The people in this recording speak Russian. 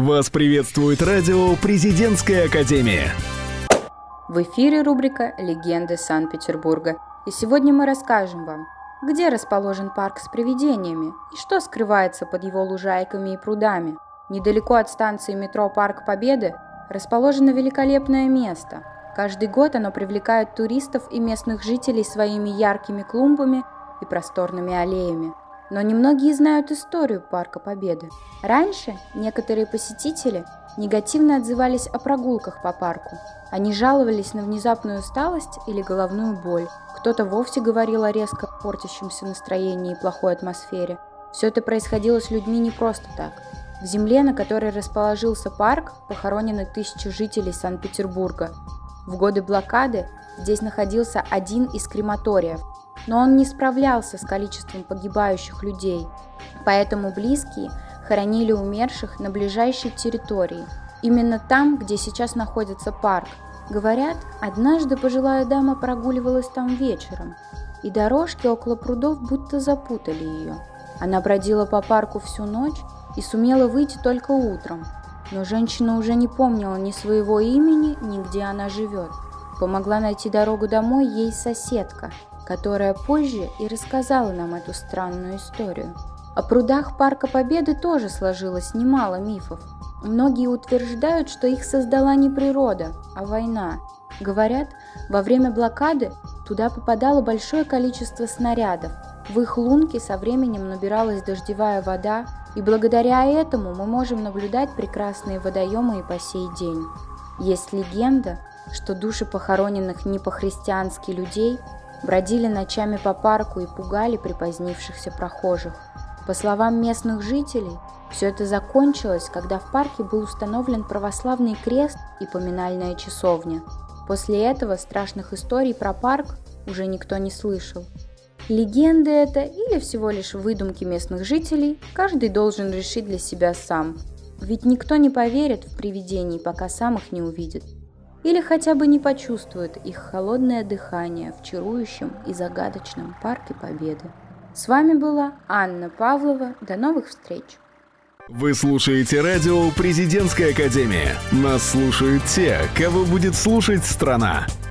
Вас приветствует радио «Президентская академия». В эфире рубрика «Легенды Санкт-Петербурга». И сегодня мы расскажем вам, где расположен парк с привидениями и что скрывается под его лужайками и прудами. Недалеко от станции метро «Парк Победы» расположено великолепное место. Каждый год оно привлекает туристов и местных жителей своими яркими клумбами и просторными аллеями. Но немногие знают историю Парка Победы. Раньше некоторые посетители негативно отзывались о прогулках по парку. Они жаловались на внезапную усталость или головную боль. Кто-то вовсе говорил о резко портящемся настроении и плохой атмосфере. Все это происходило с людьми не просто так. В земле, на которой расположился парк, похоронены тысячи жителей Санкт-Петербурга. В годы блокады здесь находился один из крематориев, но он не справлялся с количеством погибающих людей, поэтому близкие хоронили умерших на ближайшей территории, именно там, где сейчас находится парк. Говорят, однажды пожилая дама прогуливалась там вечером, и дорожки около прудов будто запутали ее. Она бродила по парку всю ночь и сумела выйти только утром, но женщина уже не помнила ни своего имени, ни где она живет. Помогла найти дорогу домой ей соседка, которая позже и рассказала нам эту странную историю. О прудах Парка Победы тоже сложилось немало мифов. Многие утверждают, что их создала не природа, а война. Говорят, во время блокады туда попадало большое количество снарядов. В их лунки со временем набиралась дождевая вода, и благодаря этому мы можем наблюдать прекрасные водоемы и по сей день. Есть легенда, что души похороненных не по-христиански людей бродили ночами по парку и пугали припозднившихся прохожих. По словам местных жителей, все это закончилось, когда в парке был установлен православный крест и поминальная часовня. После этого страшных историй про парк уже никто не слышал. Легенды это или всего лишь выдумки местных жителей, каждый должен решить для себя сам. Ведь никто не поверит в привидений, пока сам их не увидит. Или хотя бы не почувствует их холодное дыхание в чарующем и загадочном Парке Победы. С вами была Анна Павлова. До новых встреч! Вы слушаете радио «Президентская академия». Нас слушают те, кого будет слушать страна.